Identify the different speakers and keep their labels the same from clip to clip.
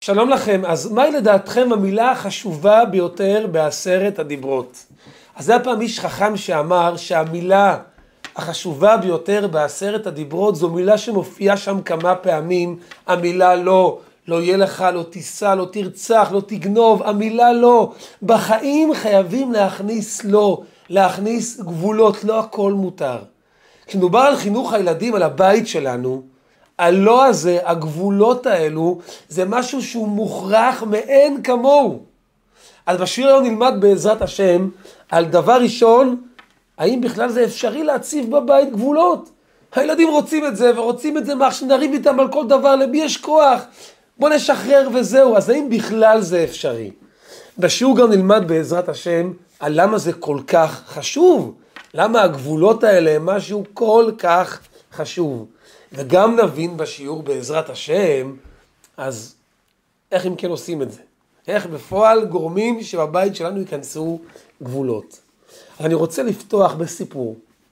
Speaker 1: שלום לכם. אז מהי לדעתכם המילה החשובה ביותר בעשרת הדיברות? אז זה הפעם איש חכם שאמר שהמילה החשובה ביותר בעשרת הדיברות זו מילה שמופיעה שם כמה פעמים. המילה לא, לא יהיה לך, לא תיסע, לא תרצח, לא תגנוב, המילה לא. בחיים חייבים להכניס לא, להכניס גבולות, לא הכל מותר. כשנדובר על חינוך הילדים, על הבית שלנו, הלא הזה, הגבולות האלו, זה משהו שהוא מוכרח מאין כמוהו. אז בשיר היום נלמד בעזרת השם על דבר ראשון, האם בכלל זה אפשרי להציב בבית גבולות? הילדים רוצים את זה ורוצים את זה, מה שנריב איתם על כל דבר, למי יש כוח? בוא נשחרר וזהו. אז האם בכלל זה אפשרי? בשיעור גם נלמד בעזרת השם על למה זה כל כך חשוב. למה הגבולות האלה הם משהו כל כך חשוב. וגם נבין בשיעור בעזרת השם, אז איך אם כן עושים את זה? איך בפועל גורמים שבבית שלנו ייכנסו גבולות. אני רוצה לפתוח בסיפור.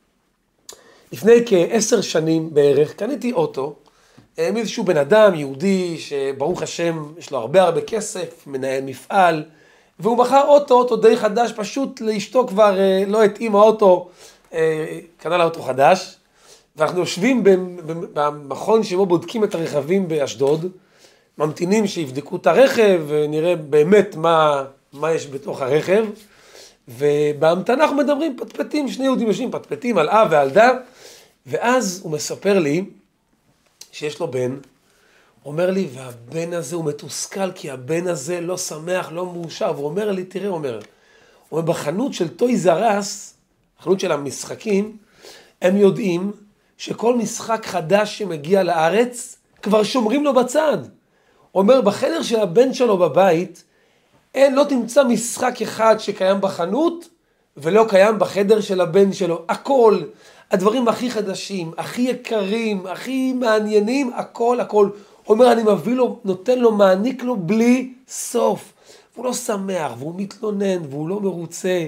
Speaker 1: לפני כ10 שנים בערך קניתי אוטו, מאיזשהו בן אדם יהודי שברוך השם יש לו הרבה כסף, מנהל מפעל, והוא מכר אוטו די חדש, פשוט לאשתו כבר לא התאים האוטו, קנה לה אוטו חדש, ואנחנו יושבים במכון שבו בודקים את הרכבים באשדוד, ממתינים שיבדקו את הרכב ונראה באמת מה יש בתוך הרכב, ובהמתנה אנחנו מדברים פטפטים, שני יהודים יושבים פטפטים על אב ועל דה, ואז הוא מספר לי שיש לו בן, אומר לי, והבן הזה הוא מתוסכל, כי הבן הזה לא שמח, לא מאושר, והוא אומר לי, תראה, הוא אומר, בחנות של טויז אר אס, החנות של המשחקים, הם יודעים שכל משחק חדש שמגיע לארץ, כבר שומרים לו בצד. הוא אומר, בחדר של הבן שלו בבית, לא תמצא משחק אחד שקיים בחנות, ולא קיים בחדר של הבן שלו. הכל, הדברים הכי חדשים, הכי יקרים, הכי מעניינים, הכל. הוא אומר, אני מביא לו, נותן לו, מעניק לו בלי סוף. והוא לא שמח, והוא מתלונן, והוא לא מרוצה.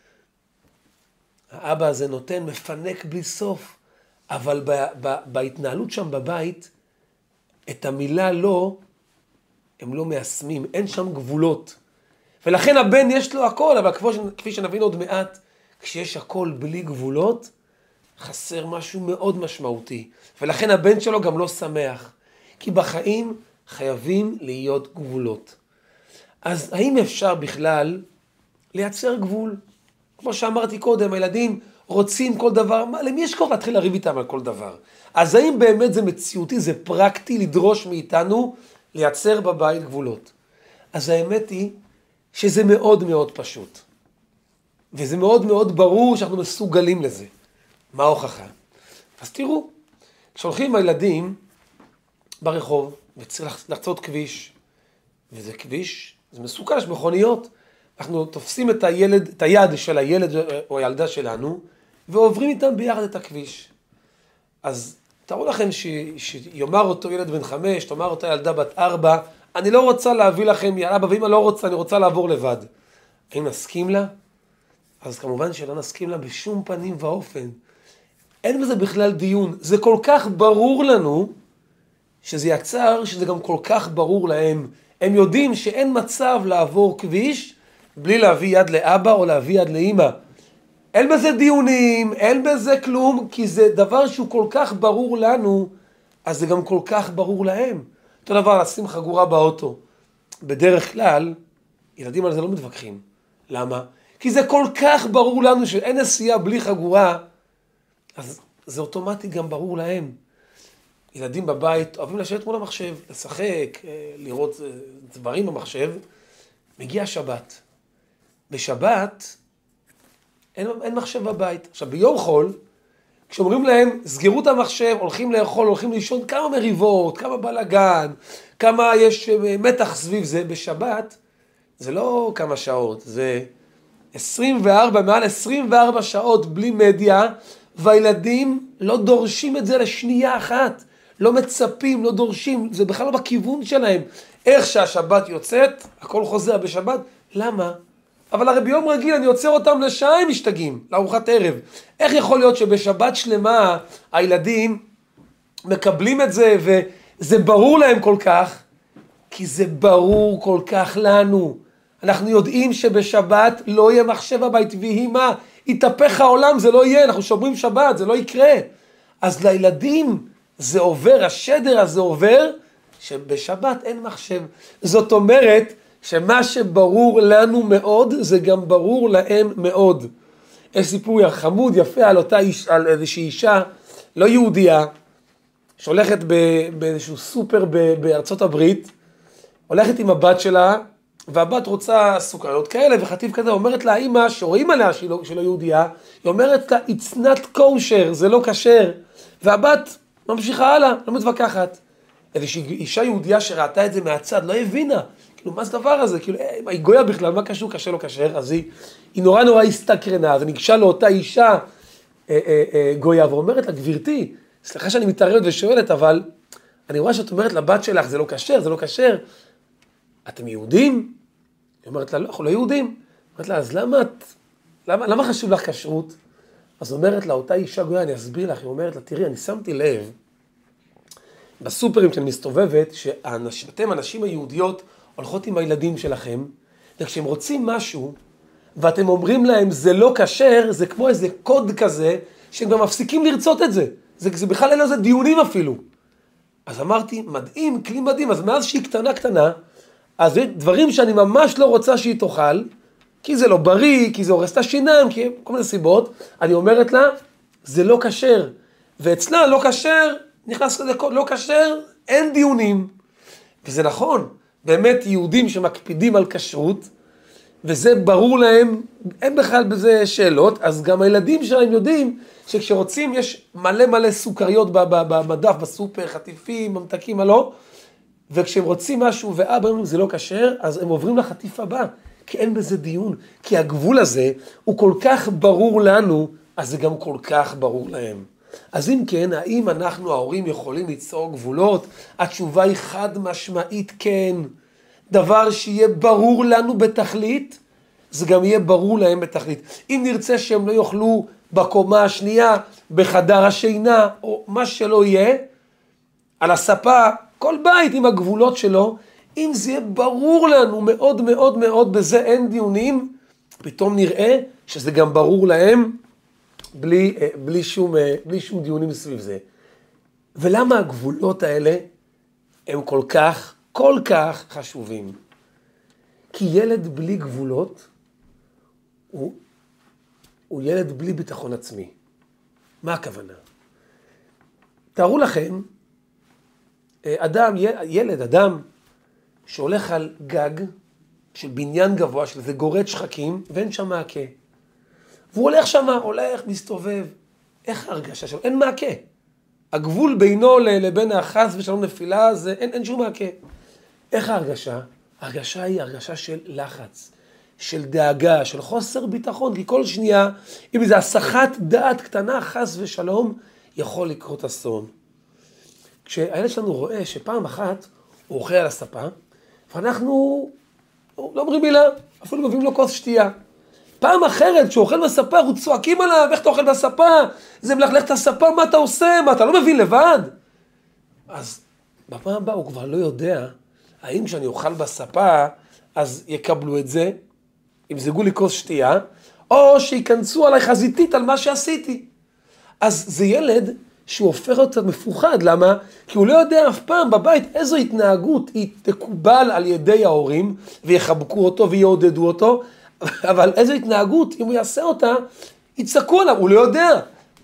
Speaker 1: האבא הזה נותן, מפנק בלי סוף. אבל בהתנהלות שם בבית, את המילה לא, הם לא מיישמים, אין שם גבולות. ולכן הבן יש לו הכל, אבל כפי שנבין עוד מעט, כשיש הכל בלי גבולות, חסר משהו מאוד משמעותי. ולכן הבן שלו גם לא שמח. כי בחיים חייבים להיות גבולות. אז האם אפשר בכלל לייצר גבול? כמו שאמרתי קודם, הילדים רוצים כל דבר, למי יש כוח להתחיל לריב איתם על כל דבר? אז האם באמת זה מציאותי, זה פרקטי לדרוש מאיתנו לייצר בבית גבולות? אז האמת היא שזה מאוד מאוד פשוט. וזה מאוד מאוד ברור שאנחנו מסוגלים לזה. מה ההוכחה? אז תראו, כשהולכים עם הילדים ברחוב וצריך לחצות כביש, וזה כביש, זה מסוכן, יש מכוניות, אנחנו תופסים את היד של הילד או הילדה שלנו, ועוברים איתם ביחד את הכביש. אז תראו לכם שיאמר אותו ילד בן 5, תאמר אותה ילדה בת 4, אני לא רוצה להביא לכם, אבא ואמא לא רוצה, אני רוצה לעבור לבד. האם נסכים לה? אז כמובן שלא נסכים לה בשום פנים ואופן. אין בזה בכלל דיון. זה כל כך ברור לנו, שזה יצר, שזה גם כל כך ברור להם. הם יודעים שאין מצב לעבור כביש, בלי להביא יד לאבא או להביא יד לאמא. אין בזה דיונים, אין בזה כלום, כי זה דבר שהוא כל כך ברור לנו, אז זה גם כל כך ברור להם. אותו דבר, לשים חגורה באוטו. בדרך כלל, ילדים על זה לא מתווכחים. למה? כי זה כל כך ברור לנו שאין נסיעה בלי חגורה, אז זה אוטומטית גם ברור להם. ילדים בבית אוהבים לשבת מול המחשב, לשחק, לראות דברים במחשב. מגיע שבת. בשבת אין מחשב בבית. עכשיו ביום חול, כשאומרים להם סגרו את המחשב, הולכים לאכול, הולכים לישון, כמה מריבות, כמה בלגן, כמה יש מתח סביב זה. בשבת זה לא כמה שעות, זה 24, מעל 24 שעות בלי מדיה, והילדים לא דורשים את זה לשנייה אחת. לא מצפים, לא דורשים, זה בכלל לא בכיוון שלהם. איך שהשבת יוצאת, הכל חוזר בשבת. למה? אבל הרי ביום רגיל אני עוצר אותם לשעה הם משתגעים, לארוחת ערב. איך יכול להיות שבשבת שלמה הילדים מקבלים את זה וזה ברור להם כל כך? כי זה ברור כל כך לנו. אנחנו יודעים שבשבת לא יהיה מחשב הבית, ויהי מה, יתהפך העולם, זה לא יהיה, אנחנו שומרים שבת, זה לא יקרה. אז לילדים זה עובר, השדר הזה עובר, שבשבת אין מחשב. זאת אומרת, שמה שברור לנו מאוד, זה גם ברור להם מאוד. יש סיפור חמוד יפה על איזושהי אישה לא יהודייה, שהולכת באיזשהו סופר בארצות הברית, הולכת עם הבת שלה, והבת רוצה סוכריות כאלה וחטיף כזה, אומרת לה האמא, שרואים עליה שהיא לא יהודייה, היא אומרת לה, it's not kosher, זה לא כשר, והבת ממשיכה הלאה, לא מתווכחת. איזושהי אישה יהודייה שראתה את זה מהצד, לא הבינה, כאילו מה זה דבר הזה, כאילו היא גויה בכלל, מה קשור, כשר לא כשר, אז היא נורא הסתקרנה, אז ניגשה לאותה אישה גויה, ואומרת לה, גבירתי, סליחה שאני מתערבת ושואלת, אבל אני רואה שאת אומרת לבת שלך, זה לא כשר, זה לא כשר, אתם יהודים? היא אומרת לה, לא, אנחנו לא יהודים. אומרת לה, אז למה חשוב לך כשרות? אז אומרת לה, אותה אישה גויה, אני אסביר לך, היא אומרת לה, תראי, אני שמתי לב, בסופרים שאני מסתובבת, שאתם, הנשים היהודיות, הולכות עם הילדים שלכם, וכשהם רוצים משהו, ואתם אומרים להם, זה לא כשר, זה כמו איזה קוד כזה, שהם גם מפסיקים לרצות את זה. זה בכלל אין לזה דיונים אפילו. אז אמרתי, מדהים, כלי מדהים, אז מאז שהיא קטנה, אז דברים שאני ממש לא רוצה שהיא תאכל, כי זה לא בריא, כי זה הורס את השיניים, כי כל מיני סיבות, אני אומרת לה, זה לא כשר. ואצלה לא כשר, נכנס לזה קוד, לא כשר, אין דיונים. וזה נכון, באמת יהודים שמקפידים על כשרות, וזה ברור להם, אין בכלל בזה שאלות, אז גם הילדים שלהם יודעים שכשרוצים יש מלא סוכריות במדף, בסופר, חטיפים, ממתקים, לא? וכשהם רוצים משהו ואבא אומרים זה לא כשר, אז הם עוברים לחטיף הבא, כי אין בזה דיון, כי הגבול הזה הוא כל כך ברור לנו, אז זה גם כל כך ברור להם. אז אם כן, האם אנחנו ההורים יכולים ליצור גבולות? התשובה היא חד משמעית כן. דבר שיהיה ברור לנו בתכלית, זה גם יהיה ברור להם בתכלית. אם נרצה שהם לא יאכלו בקומה השנייה, בחדר השינה, או מה שלא יהיה, על הספה, כל בית עם הגבולות שלו, אם זה יהיה ברור לנו מאוד מאוד מאוד, בזה אין דיונים, פתאום נראה שזה גם ברור להם, בלי שום דיונים סביב זה. ולמה הגבולות האלה הם כל כך חשובים? כי ילד בלי גבולות הוא ילד בלי ביטחון עצמי. מה הכוונה? תארו לכם, אדם שהולך על גג של בניין גבוה, של זה גורד שחקים, ואין שם מעקה. והוא הולך שם, מסתובב. איך ההרגשה שלו? אין מעקה. הגבול בינו לבין החס ושלום נפילה, זה אין שום מעקה. איך ההרגשה? ההרגשה היא הרגשה של לחץ, של דאגה, של חוסר ביטחון, כי כל שנייה, אם זה הסחת דעת קטנה, חס ושלום, יכול לקרות אסון. כשהילד שלנו רואה שפעם אחת הוא אוכל על הספה, ואנחנו לא אומרים מילה, אפילו מביאים לו כוס שתייה. פעם אחרת, כשהוא אוכל בספה, אנחנו צועקים עליו, איך אתה אוכל בספה? זה מלכלך את הספה, מה אתה עושה? מה, אתה לא מבין לבד? אז בפעם הבאה הוא כבר לא יודע, האם כשאני אוכל בספה, אז יקבלו את זה, ימזגו לי כוס שתייה, או שיכנסו עליי חזיתית על מה שעשיתי. אז זה ילד שהוא הופך קצת מפוחד, למה? כי הוא לא יודע אף פעם בבית איזו התנהגות היא תקובל על ידי ההורים, ויחבקו אותו ויעודדו אותו, אבל איזו התנהגות, אם הוא יעשה אותה, יצעקו עליו, הוא לא יודע.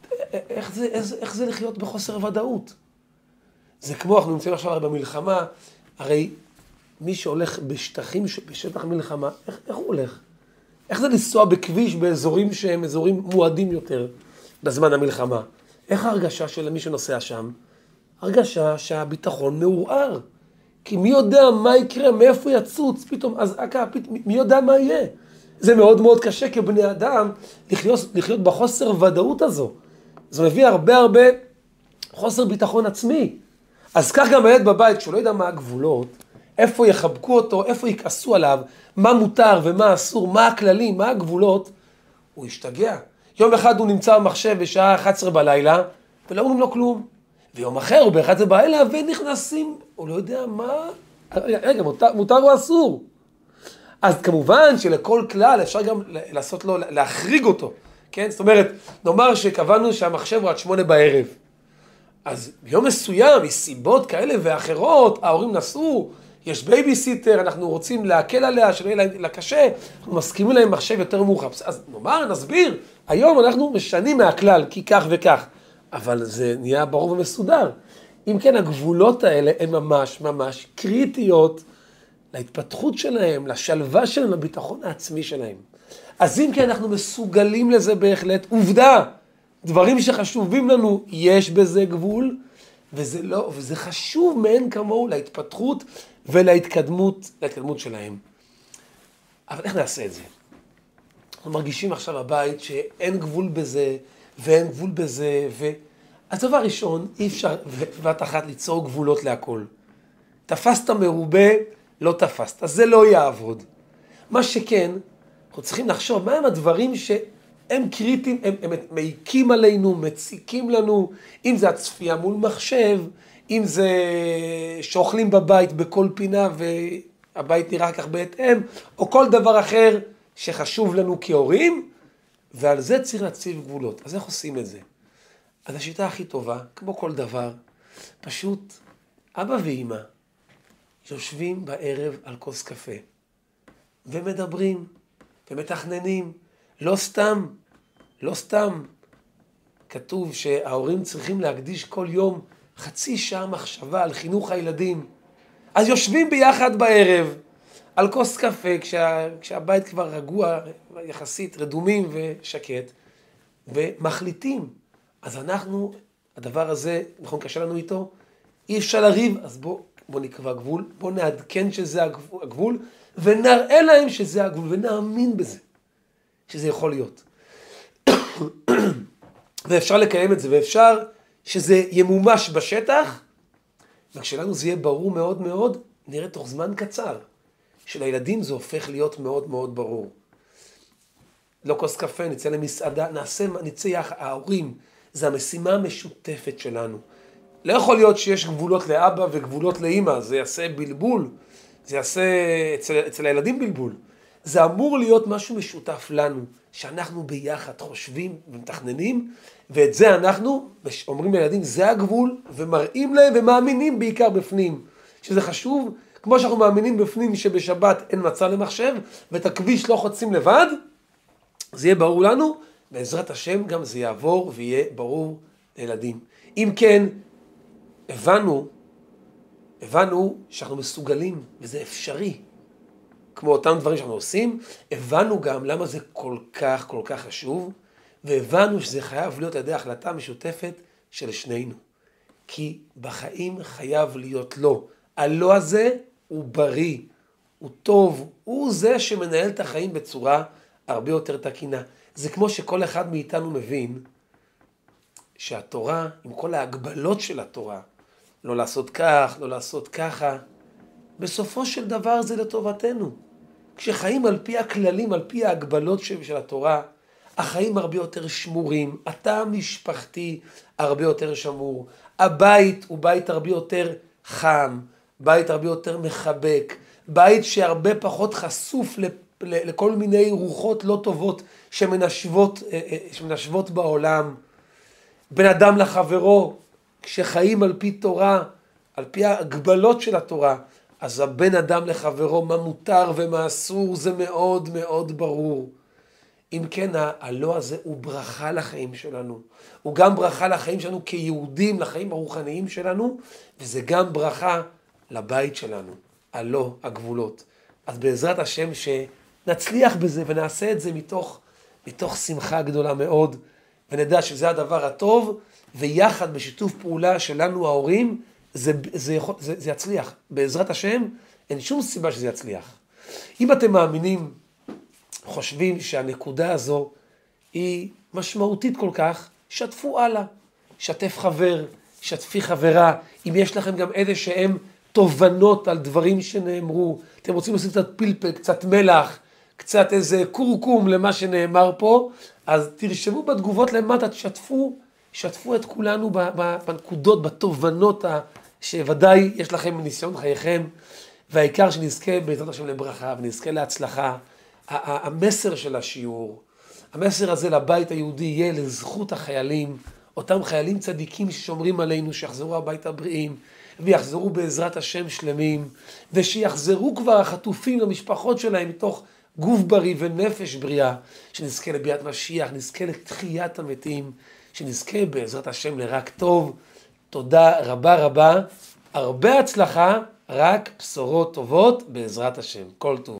Speaker 1: איך זה לחיות בחוסר ודאות? זה כמו, אנחנו נמצאים עכשיו במלחמה, הרי מי שהולך בשטח מלחמה, איך הוא הולך? איך זה לנסוע בכביש באזורים שהם אזורים מועדים יותר בזמן המלחמה? איך ההרגשה של מי שנוסע שם? הרגשה שהביטחון מעורער. כי מי יודע מה יקרה, מאיפה יצוץ, פתאום אזעקה, מי יודע מה יהיה? זה מאוד מאוד קשה כבני אדם לחיות בחוסר ודאות הזו. זה מביא הרבה חוסר ביטחון עצמי. אז כך גם הילד בבית, כשהוא לא יודע מה הגבולות, איפה יחבקו אותו, איפה יכעסו עליו, מה מותר ומה אסור, מה הכללים, מה הגבולות, הוא ישתגע. יום אחד הוא נמצא במחשב בשעה 11 בלילה, ולא אומרים לו כלום. ויום אחר הוא ב-11 בלילה ונכנסים, הוא לא יודע רגע, מותר או אסור? אז כמובן שלכל כלל אפשר גם לעשות לו, להחריג אותו, כן? זאת אומרת, נאמר שקבענו שהמחשב הוא עד 8 בערב. אז ביום מסוים, מסיבות כאלה ואחרות, ההורים נסעו, יש בייביסיטר, אנחנו רוצים להקל עליה, שלא יהיה לה קשה, אנחנו מסכימים להם מחשב יותר מאוחר. אז נאמר, נסביר, היום אנחנו משנים מהכלל, כי כך וכך. אבל זה נהיה ברור ומסודר. אם כן, הגבולות האלה הן ממש ממש קריטיות להתפתחות שלהם, לשלווה שלהם, לביטחון העצמי שלהם. אז אם כן, אנחנו מסוגלים לזה בהחלט. עובדה, דברים שחשובים לנו, יש בזה גבול, וזה חשוב מאין כמוהו להתפתחות ולהתקדמות שלהם. אבל איך נעשה את זה? אנחנו מרגישים עכשיו בבית שאין גבול בזה, ואין גבול בזה, אז דבר ראשון, אי אפשר בבת אחת ליצור גבולות להכל. תפסת מרובה, לא תפסת, אז זה לא יעבוד. מה שכן, אנחנו צריכים לחשוב מהם הדברים שהם קריטיים, הם מעיקים עלינו, מציקים לנו, אם זה הצפייה מול מחשב, אם זה שאוכלים בבית בכל פינה והבית נראה כך בהתאם, או כל דבר אחר שחשוב לנו כהורים, ועל זה צריך להציב גבולות. אז איך עושים את זה? אז השיטה הכי טובה, כמו כל דבר, פשוט אבא ואמא יושבים בערב על כוס קפה, ומדברים, ומתכננים, לא סתם. כתוב שההורים צריכים להקדיש כל יום חצי שעה מחשבה על חינוך הילדים. אז יושבים ביחד בערב, על כוס קפה, כשהבית כבר רגוע, יחסית רדומים ושקט, ומחליטים. אז אנחנו, הדבר הזה, נכון, קשה לנו איתו, אי אפשר לריב, אז בוא נקבע גבול, בוא נעדכן שזה הגבול, ונראה להם שזה הגבול, ונאמין בזה, שזה יכול להיות. ואפשר לקיים את זה, ואפשר שזה ימומש בשטח, וכשלנו זה יהיה ברור מאוד מאוד, נראה תוך זמן קצר. שלילדים זה הופך להיות מאוד מאוד ברור. לא כוס קפה, נצא למסעדה, נצא יחד, ההורים, זה המשימה המשותפת שלנו. לא יכול להיות שיש גבולות לאבא וגבולות לאמא, זה יעשה בלבול, זה יעשה אצל הילדים בלבול. זה אמור להיות משהו משותף לנו, שאנחנו ביחד חושבים ומתכננים, ואת זה אנחנו אומרים לילדים, זה הגבול, ומראים להם ומאמינים בעיקר בפנים, שזה חשוב, כמו שאנחנו מאמינים בפנים שבשבת אין מצע למחשב, ואת הכביש לא חוצים לבד, זה יהיה ברור לנו, בעזרת השם גם זה יעבור ויהיה ברור לילדים. אם כן, הבנו שאנחנו מסוגלים, וזה אפשרי, כמו אותם דברים שאנחנו עושים, הבנו גם למה זה כל כך חשוב, והבנו שזה חייב להיות על ידי החלטה משותפת של שנינו. כי בחיים חייב להיות לא. הלא הזה הוא בריא, הוא טוב, הוא זה שמנהל את החיים בצורה הרבה יותר תקינה. זה כמו שכל אחד מאיתנו מבין שהתורה, עם כל ההגבלות של התורה, לא לעשות כך, לא לעשות ככה, בסופו של דבר זה לטובתנו. כשחיים על פי הכללים, על פי ההגבלות של התורה, החיים הרבה יותר שמורים, התא המשפחתי הרבה יותר שמור, הבית הוא בית הרבה יותר חם, בית הרבה יותר מחבק, בית שהרבה פחות חשוף לכל מיני רוחות לא טובות שמנשבות בעולם. בן אדם לחברו, כשחיים על פי תורה, על פי ההגבלות של התורה, אז הבן אדם לחברו, מה מותר ומה אסור, זה מאוד מאוד ברור. אם כן, הלא הזה הוא ברכה לחיים שלנו. הוא גם ברכה לחיים שלנו כיהודים, לחיים הרוחניים שלנו, וזה גם ברכה לבית שלנו, הלא, הגבולות. אז בעזרת השם שנצליח בזה ונעשה את זה מתוך שמחה גדולה מאוד, ונדע שזה הדבר הטוב, ויחד בשיתוף פעולה שלנו ההורים, זה יצליח. בעזרת השם, אין שום סיבה שזה יצליח. אם אתם מאמינים, חושבים שהנקודה הזו היא משמעותית כל כך, שתפו הלאה. שתף חבר, שתפי חברה. אם יש לכם גם איזה שהם תובנות על דברים שנאמרו, אתם רוצים לעשות קצת פלפל, קצת מלח, קצת איזה קורקום למה שנאמר פה, אז תרשמו בתגובות למטה, שתפו את כולנו בנקודות, בתובנות שוודאי יש לכם מניסיון חייכם, והעיקר שנזכה בעזרת השם לברכה ונזכה להצלחה. המסר של השיעור, המסר הזה לבית היהודי יהיה לזכות החיילים, אותם חיילים צדיקים ששומרים עלינו, שיחזרו הביתה בריאים, ויחזרו בעזרת השם שלמים, ושיחזרו כבר החטופים למשפחות שלהם מתוך גוף בריא ונפש בריאה, שנזכה לביאת משיח, נזכה לתחיית המתים, שנזכה בעזרת השם לרק טוב. תודה רבה רבה, הרבה הצלחה, רק בשורות טובות בעזרת השם. כל טוב.